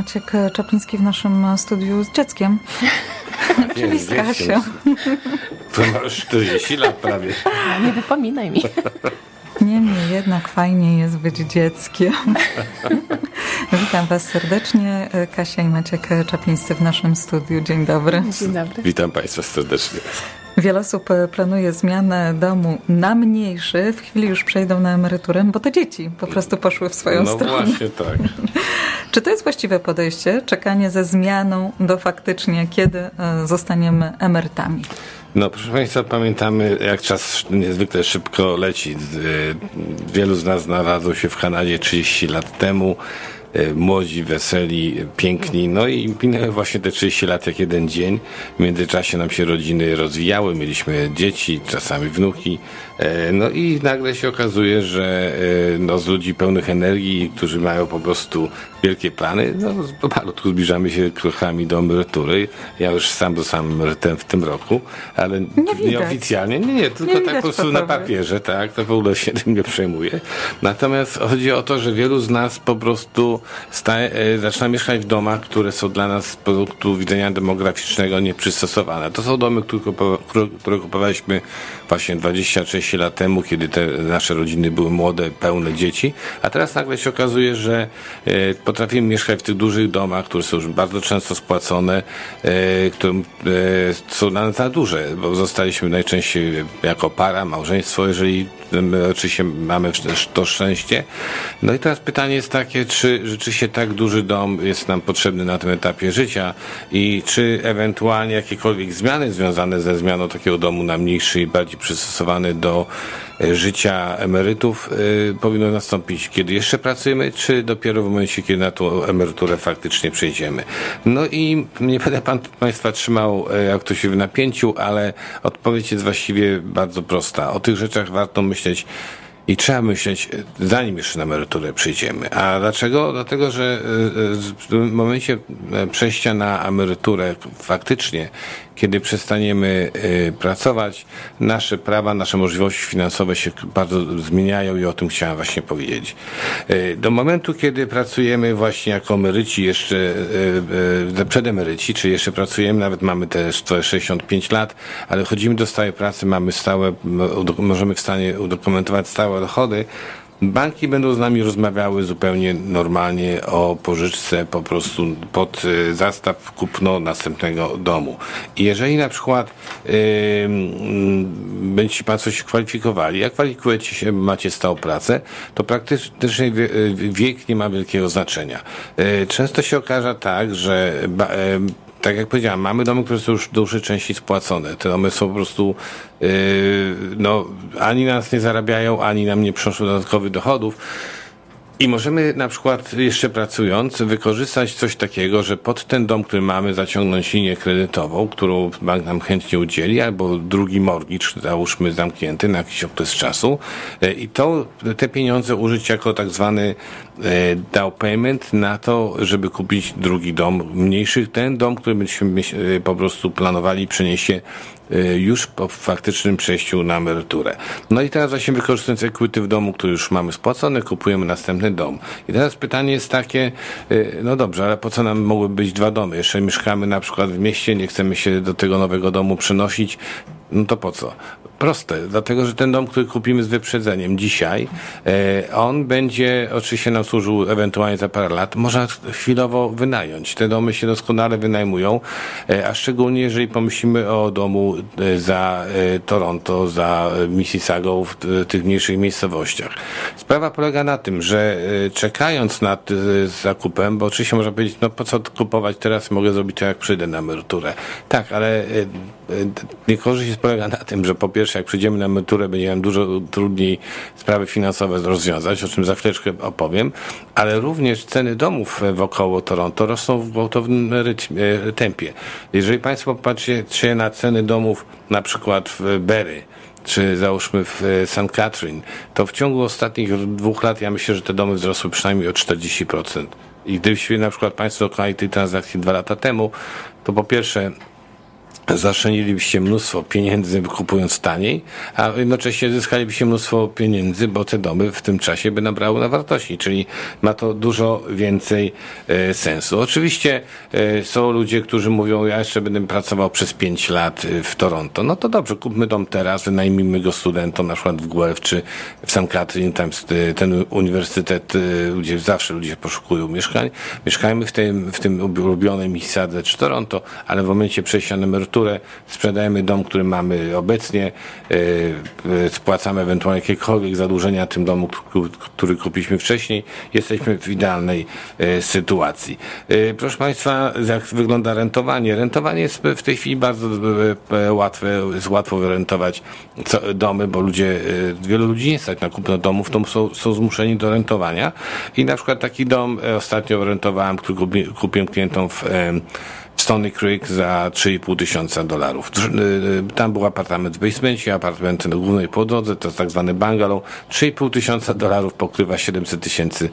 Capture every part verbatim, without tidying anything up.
Maciek Czapliński w naszym studiu z dzieckiem. Czyli z Kasią. To masz czterdzieści lat prawie. A, nie wypominaj mi. Niemniej jednak fajnie jest być dzieckiem. Witam Was serdecznie. Kasia i Maciek Czaplińscy w naszym studiu. Dzień dobry. Dzień dobry. Witam Państwa serdecznie. Wiele osób planuje zmianę domu na mniejszy. W chwili już przejdą na emeryturę, bo to dzieci po prostu poszły w swoją no stronę. No właśnie tak. Czy to jest właściwe podejście? Czekanie ze zmianą do faktycznie, kiedy zostaniemy emerytami? No proszę Państwa, pamiętamy, jak czas niezwykle szybko leci. Wielu z nas znalazło się w Kanadzie trzydzieści lat temu. Młodzi, weseli, piękni. No i minęły właśnie te trzydzieści lat jak jeden dzień. W międzyczasie nam się rodziny rozwijały, mieliśmy dzieci, czasami wnuki. No i nagle się okazuje, że no, z ludzi pełnych energii, którzy mają po prostu wielkie plany, no pomalutku zbliżamy się krokami do emerytury. Ja już sam zostałem emerytem w tym roku, ale nie nieoficjalnie, nie, nie, tylko nie tak po prostu na papierze, tak, to w ogóle się tym nie przejmuje. Natomiast chodzi o to, że wielu z nas po prostu staje, zaczyna mieszkać w domach, które są dla nas z punktu widzenia demograficznego nieprzystosowane. To są domy, które, które kupowaliśmy właśnie dwadzieścia trzydzieści lat temu, kiedy te nasze rodziny były młode, pełne dzieci, a teraz nagle się okazuje, że e, potrafimy mieszkać w tych dużych domach, które są już bardzo często spłacone, e, które e, są dla nas za duże, bo zostaliśmy najczęściej jako para, małżeństwo, jeżeli my oczywiście mamy to szczęście. No i teraz pytanie jest takie, czy rzeczywiście tak duży dom jest nam potrzebny na tym etapie życia i czy ewentualnie jakiekolwiek zmiany związane ze zmianą takiego domu na mniejszy i bardziej przystosowany do życia emerytów y, powinno nastąpić, kiedy jeszcze pracujemy, czy dopiero w momencie, kiedy na tą emeryturę faktycznie przejdziemy. No i nie będę pan, Państwa trzymał, jak to się w napięciu, ale odpowiedź jest właściwie bardzo prosta. O tych rzeczach warto myśleć i trzeba myśleć, zanim jeszcze na emeryturę przyjdziemy. A dlaczego? Dlatego, że w momencie przejścia na emeryturę faktycznie, kiedy przestaniemy pracować, nasze prawa, nasze możliwości finansowe się bardzo zmieniają i o tym chciałem właśnie powiedzieć. Do momentu, kiedy pracujemy właśnie jako emeryci, jeszcze przedemeryci, czyli jeszcze pracujemy, nawet mamy te sześćdziesiąt pięć lat, ale chodzimy do stałej pracy, mamy stałe, możemy w stanie udokumentować stałe dochody, banki będą z nami rozmawiały zupełnie normalnie o pożyczce po prostu pod zastaw kupno następnego domu. I jeżeli na przykład yy, będziecie Państwo się kwalifikowali, jak kwalifikujecie się, macie stałą pracę, to praktycznie wiek nie ma wielkiego znaczenia. Yy, często się okaże tak, że ba, yy, tak jak powiedziałem, mamy domy, które są już w dużej części spłacone. Te domy są po prostu, yy, no, ani nas nie zarabiają, ani nam nie przynoszą dodatkowych dochodów. I możemy na przykład jeszcze pracując wykorzystać coś takiego, że pod ten dom, który mamy, zaciągnąć linię kredytową, którą bank nam chętnie udzieli, albo drugi mortgage, załóżmy zamknięty na jakiś okres czasu i to, te pieniądze użyć jako tak zwany down payment na to, żeby kupić drugi dom mniejszy. Ten dom, który byśmy po prostu planowali przenieść się już po faktycznym przejściu na emeryturę. No i teraz właśnie wykorzystując equity w domu, który już mamy spłacony, kupujemy następny dom. I teraz pytanie jest takie, no dobrze, ale po co nam mogły być dwa domy? Jeszcze mieszkamy na przykład w mieście, nie chcemy się do tego nowego domu przenosić, no to po co? Proste, dlatego że ten dom, który kupimy z wyprzedzeniem dzisiaj, e, on będzie oczywiście nam służył ewentualnie za parę lat, można chwilowo wynająć. Te domy się doskonale wynajmują, e, a szczególnie jeżeli pomyślimy o domu e, za e, Toronto, za Mississauga, w e, tych mniejszych miejscowościach. Sprawa polega na tym, że e, czekając nad e, zakupem, bo oczywiście można powiedzieć, no po co kupować teraz, mogę zrobić to jak przyjdę na emeryturę. Tak, ale e, e, niekorzyść polega na tym, że po pierwsze jak przyjdziemy na emeryturę, będzie nam dużo trudniej sprawy finansowe rozwiązać, o czym za chwileczkę opowiem, ale również ceny domów wokoło Toronto rosną w gwałtownym rytmie, tempie. Jeżeli Państwo popatrzycie na ceny domów na przykład w Barrie, czy załóżmy w Saint Catherine, to w ciągu ostatnich dwóch lat ja myślę, że te domy wzrosły przynajmniej o czterdzieści procent. I gdybyście na przykład Państwo dokonali tej transakcji dwa lata temu, to po pierwsze zaszczenilibyście mnóstwo pieniędzy kupując taniej, a jednocześnie zyskalibyście mnóstwo pieniędzy, bo te domy w tym czasie by nabrały na wartości, czyli ma to dużo więcej e, sensu. Oczywiście e, są ludzie, którzy mówią, ja jeszcze będę pracował przez pięć lat w Toronto. No to dobrze, kupmy dom teraz, wynajmijmy go studentom, na przykład w Guelph czy w Saint Catherine, tam ten uniwersytet, gdzie zawsze ludzie poszukują mieszkań. Mieszkajmy w tym, w tym ulubionym Mississauga czy Toronto, ale w momencie przejścia na emeryturę sprzedajemy dom, który mamy obecnie, yy, spłacamy ewentualnie jakiekolwiek zadłużenia tym domu, który kupiliśmy wcześniej. Jesteśmy w idealnej yy, sytuacji. Yy, proszę Państwa, jak wygląda rentowanie? Rentowanie jest w tej chwili bardzo yy, łatwe, jest łatwo wyrentować co, domy, bo ludzie, yy, wielu ludzi nie stać na kupno domów, to są, są zmuszeni do rentowania i na przykład taki dom yy, ostatnio rentowałem, który kupi, kupiłem klientom w yy, Stony Creek za trzy i pół tysiąca dolarów. Tam był apartament w basemencie, apartament na głównej podłodze, to tak zwany bungalow. trzy i pół tysiąca dolarów pokrywa siedemset tysięcy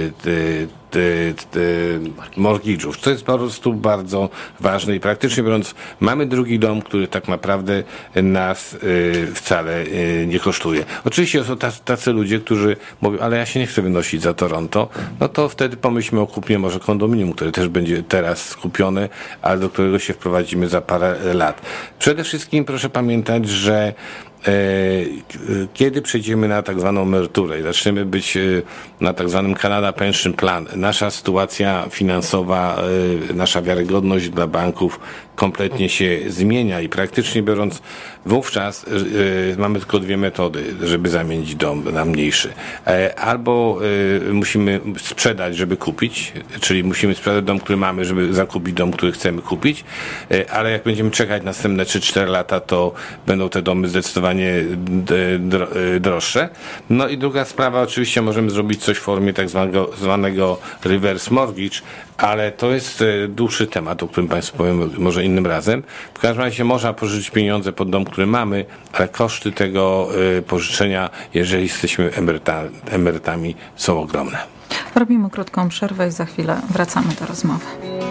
mortgage'ów. To jest po prostu bardzo ważne i praktycznie biorąc mamy drugi dom, który tak naprawdę nas wcale nie kosztuje. Oczywiście są tacy ludzie, którzy mówią, ale ja się nie chcę wynosić za Toronto, no to wtedy pomyślmy o kupnie może kondominium, które też będzie teraz skupione, ale do którego się wprowadzimy za parę lat. Przede wszystkim proszę pamiętać, że e, kiedy przejdziemy na tak zwaną emeryturę i zaczniemy być na tak zwanym Canada Pension Plan, nasza sytuacja finansowa, e, nasza wiarygodność dla banków kompletnie się zmienia i praktycznie biorąc wówczas e, mamy tylko dwie metody, żeby zamienić dom na mniejszy. E, albo e, musimy sprzedać, żeby kupić, czyli musimy sprzedać dom, który mamy, żeby zakupić dom, który chcemy kupić, e, ale jak będziemy czekać następne trzy cztery lata, to będą te domy zdecydowanie droższe. No i druga sprawa, oczywiście możemy zrobić coś w formie tak zwanego, zwanego reverse mortgage, ale to jest dłuższy temat, o którym Państwu powiem może innym razem. W każdym razie można pożyczyć pieniądze pod dom, który mamy, ale koszty tego pożyczenia, jeżeli jesteśmy emeryta, emerytami, są ogromne. Robimy krótką przerwę i za chwilę wracamy do rozmowy.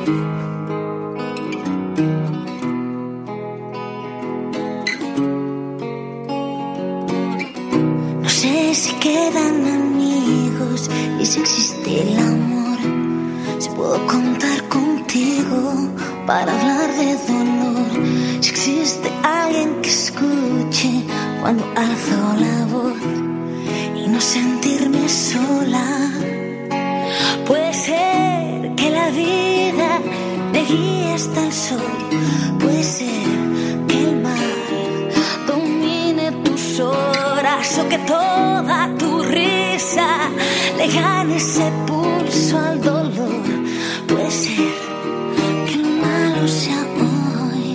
No sé si quedan amigos y si existe el amor. Si puedo contar contigo para hablar de dolor. Si existe alguien que escuche cuando alzo la voz y no sentirme sola. Puede ser que la vida me guíe hasta el sol. Puede ser que el mal domine tus horas o que toda tu risa le gane ese pulso al dolor. Puede ser que lo malo sea hoy.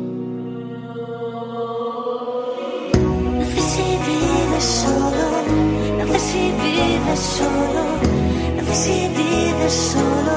No sé si vives solo, no sé si vives solo, no sé si vives solo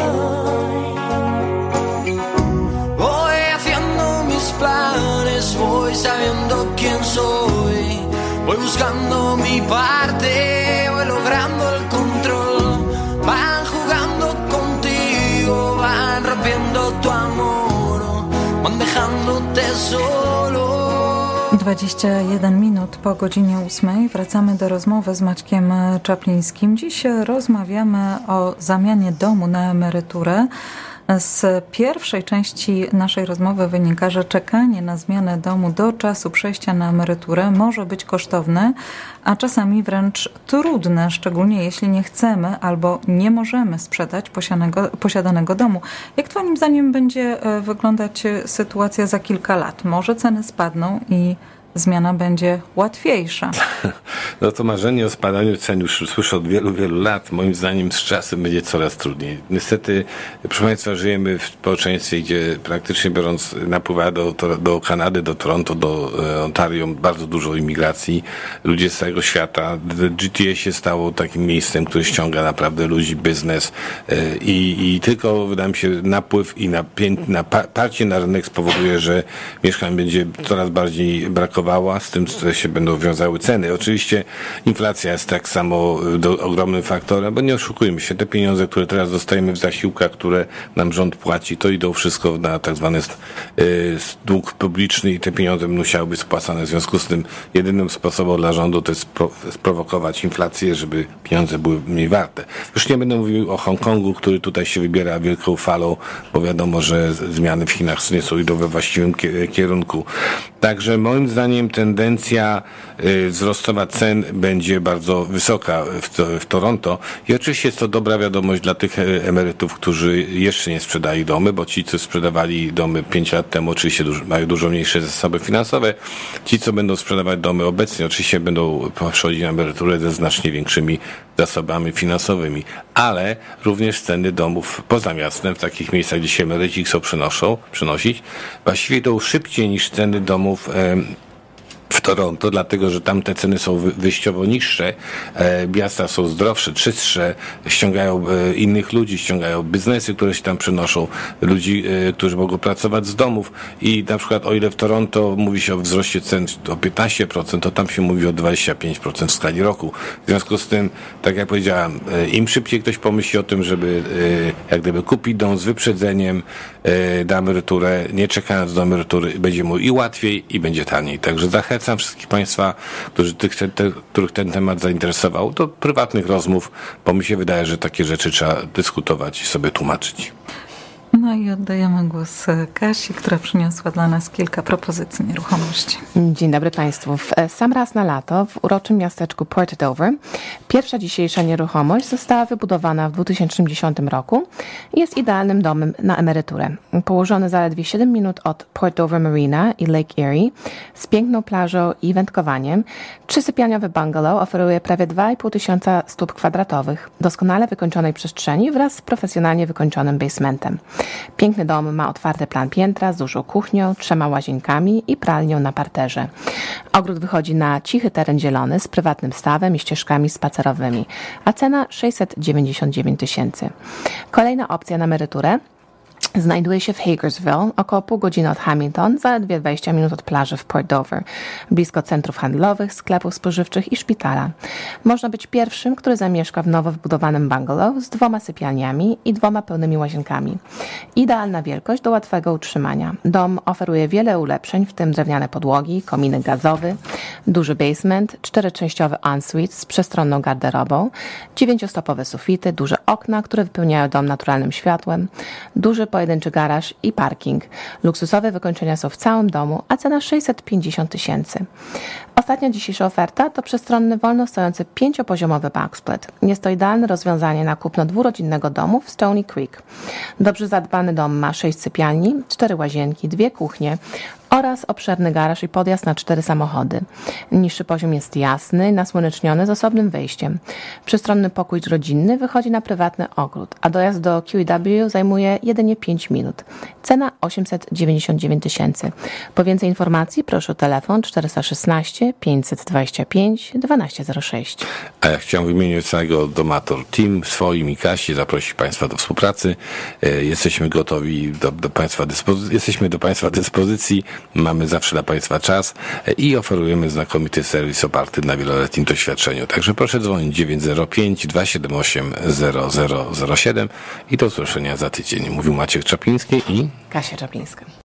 hoy. Voy haciendo mis planes, voy sabiendo quién soy, voy buscando mi parte, voy logrando el control. Van jugando contigo, van rompiendo tu amor, van dejándote solo. dwadzieścia jeden minut po godzinie ósmej wracamy do rozmowy z Maćkiem Czaplińskim. Dziś rozmawiamy o zamianie domu na emeryturę. Z pierwszej części naszej rozmowy wynika, że czekanie na zmianę domu do czasu przejścia na emeryturę może być kosztowne, a czasami wręcz trudne, szczególnie jeśli nie chcemy albo nie możemy sprzedać posiadanego, posiadanego domu. Jak Twoim zdaniem będzie wyglądać sytuacja za kilka lat? Może ceny spadną i zmiana będzie łatwiejsza. No to marzenie o spadaniu cen już słyszę od wielu, wielu lat. Moim zdaniem z czasem będzie coraz trudniej. Niestety, proszę Państwa, żyjemy w społeczeństwie, gdzie praktycznie biorąc napływa do, do Kanady, do Toronto, do Ontario bardzo dużo imigracji. Ludzie z całego świata. G T A się stało takim miejscem, które ściąga naprawdę ludzi, biznes i, i tylko wydaje mi się napływ i napię, naparcie na rynek spowoduje, że mieszkań będzie coraz bardziej brakowało skutowała, z tym co się będą wiązały ceny. Oczywiście inflacja jest tak samo do, ogromnym faktorem, bo nie oszukujmy się, te pieniądze, które teraz dostajemy w zasiłkach, które nam rząd płaci, to idą wszystko na tak zwany y, dług publiczny i te pieniądze musiały być spłacane. W związku z tym jedynym sposobem dla rządu to jest spro, sprowokować inflację, żeby pieniądze były mniej warte. Już nie będę mówił o Hongkongu, który tutaj się wybiera wielką falą, bo wiadomo, że zmiany w Chinach nie są idą we właściwym kierunku. Także moim zdaniem tendencja y, wzrostowa cen będzie bardzo wysoka w, to, w Toronto i oczywiście jest to dobra wiadomość dla tych emerytów, którzy jeszcze nie sprzedali domy, bo ci, co sprzedawali domy pięć lat temu, oczywiście dużo, mają dużo mniejsze zasoby finansowe. Ci, co będą sprzedawać domy obecnie, oczywiście będą przechodzić na emeryturę ze znacznie większymi zasobami finansowymi, ale również ceny domów poza miastem, w takich miejscach, gdzie się emeryci chcą przenoszą, przenosić, właściwie idą szybciej niż ceny domów e, w Toronto, dlatego że tam te ceny są wyjściowo niższe, e, miasta są zdrowsze, czystsze, ściągają e, innych ludzi, ściągają biznesy, które się tam przenoszą, ludzi, e, którzy mogą pracować z domów i na przykład o ile w Toronto mówi się o wzroście cen o piętnaście procent, to tam się mówi o dwadzieścia pięć procent w skali roku. W związku z tym, tak jak powiedziałem, e, im szybciej ktoś pomyśli o tym, żeby e, jak gdyby kupić dom z wyprzedzeniem e, na emeryturę, nie czekając do emerytury, będzie mu i łatwiej, i będzie taniej. Także zachęcam wszystkich Państwa, którzy tych, te, te, których ten temat zainteresował, do prywatnych rozmów, bo mi się wydaje, że takie rzeczy trzeba dyskutować i sobie tłumaczyć. No i oddajemy głos Kasi, która przyniosła dla nas kilka propozycji nieruchomości. Dzień dobry Państwu. W sam raz na lato w uroczym miasteczku Port Dover pierwsza dzisiejsza nieruchomość została wybudowana w dwa tysiące dziesiątym roku i jest idealnym domem na emeryturę. Położony zaledwie siedem minut od Port Dover Marina i Lake Erie z piękną plażą i wędkowaniem, trzysypialniowy bungalow oferuje prawie dwa i pół tysiąca stóp kwadratowych doskonale wykończonej przestrzeni wraz z profesjonalnie wykończonym basementem. Piękny dom ma otwarty plan piętra z dużą kuchnią, trzema łazienkami i pralnią na parterze. Ogród wychodzi na cichy teren zielony z prywatnym stawem i ścieżkami spacerowymi, a cena sześćset dziewięćdziesiąt dziewięć tysięcy. Kolejna opcja na emeryturę znajduje się w Hagersville, około pół godziny od Hamilton, zaledwie dwadzieścia minut od plaży w Port Dover, blisko centrów handlowych, sklepów spożywczych i szpitala. Można być pierwszym, który zamieszka w nowo wbudowanym bungalow z dwoma sypialniami i dwoma pełnymi łazienkami. Idealna wielkość do łatwego utrzymania. Dom oferuje wiele ulepszeń, w tym drewniane podłogi, kominek gazowy, duży basement, czteroczęściowy ensuite z przestronną garderobą, dziewięciostopowe sufity, duże okna, które wypełniają dom naturalnym światłem, duży pojedynczy garaż i parking. Luksusowe wykończenia są w całym domu, a cena sześćset pięćdziesiąt tysięcy. Ostatnia dzisiejsza oferta to przestronny, wolno stojący pięciopoziomowy backsplit. Jest to idealne rozwiązanie na kupno dwurodzinnego domu w Stony Creek. Dobrze zadbany dom ma sześć sypialni, cztery łazienki, dwie kuchnie oraz obszerny garaż i podjazd na cztery samochody. Niższy poziom jest jasny, nasłoneczniony z osobnym wejściem. Przestronny pokój rodzinny wychodzi na prywatny ogród, a dojazd do Q E W zajmuje jedynie pięć minut. Cena osiemset dziewięćdziesiąt dziewięć tysięcy. Po więcej informacji proszę o telefon czterysta szesnaście pięćset dwadzieścia pięć dwanaście zero sześć. A ja chciałem w imieniu całego Domator Team, swoim i Kasi zaprosić Państwa do współpracy. Jesteśmy gotowi do, do Państwa dyspozycji, jesteśmy do Państwa dyspozycji. Mamy zawsze dla Państwa czas i oferujemy znakomity serwis oparty na wieloletnim doświadczeniu. Także proszę dzwonić dziewięć zero pięć dwa siedem osiem zero zero zero siedem i do usłyszenia za tydzień. Mówił Maciek Czapliński i Kasia Czaplińska.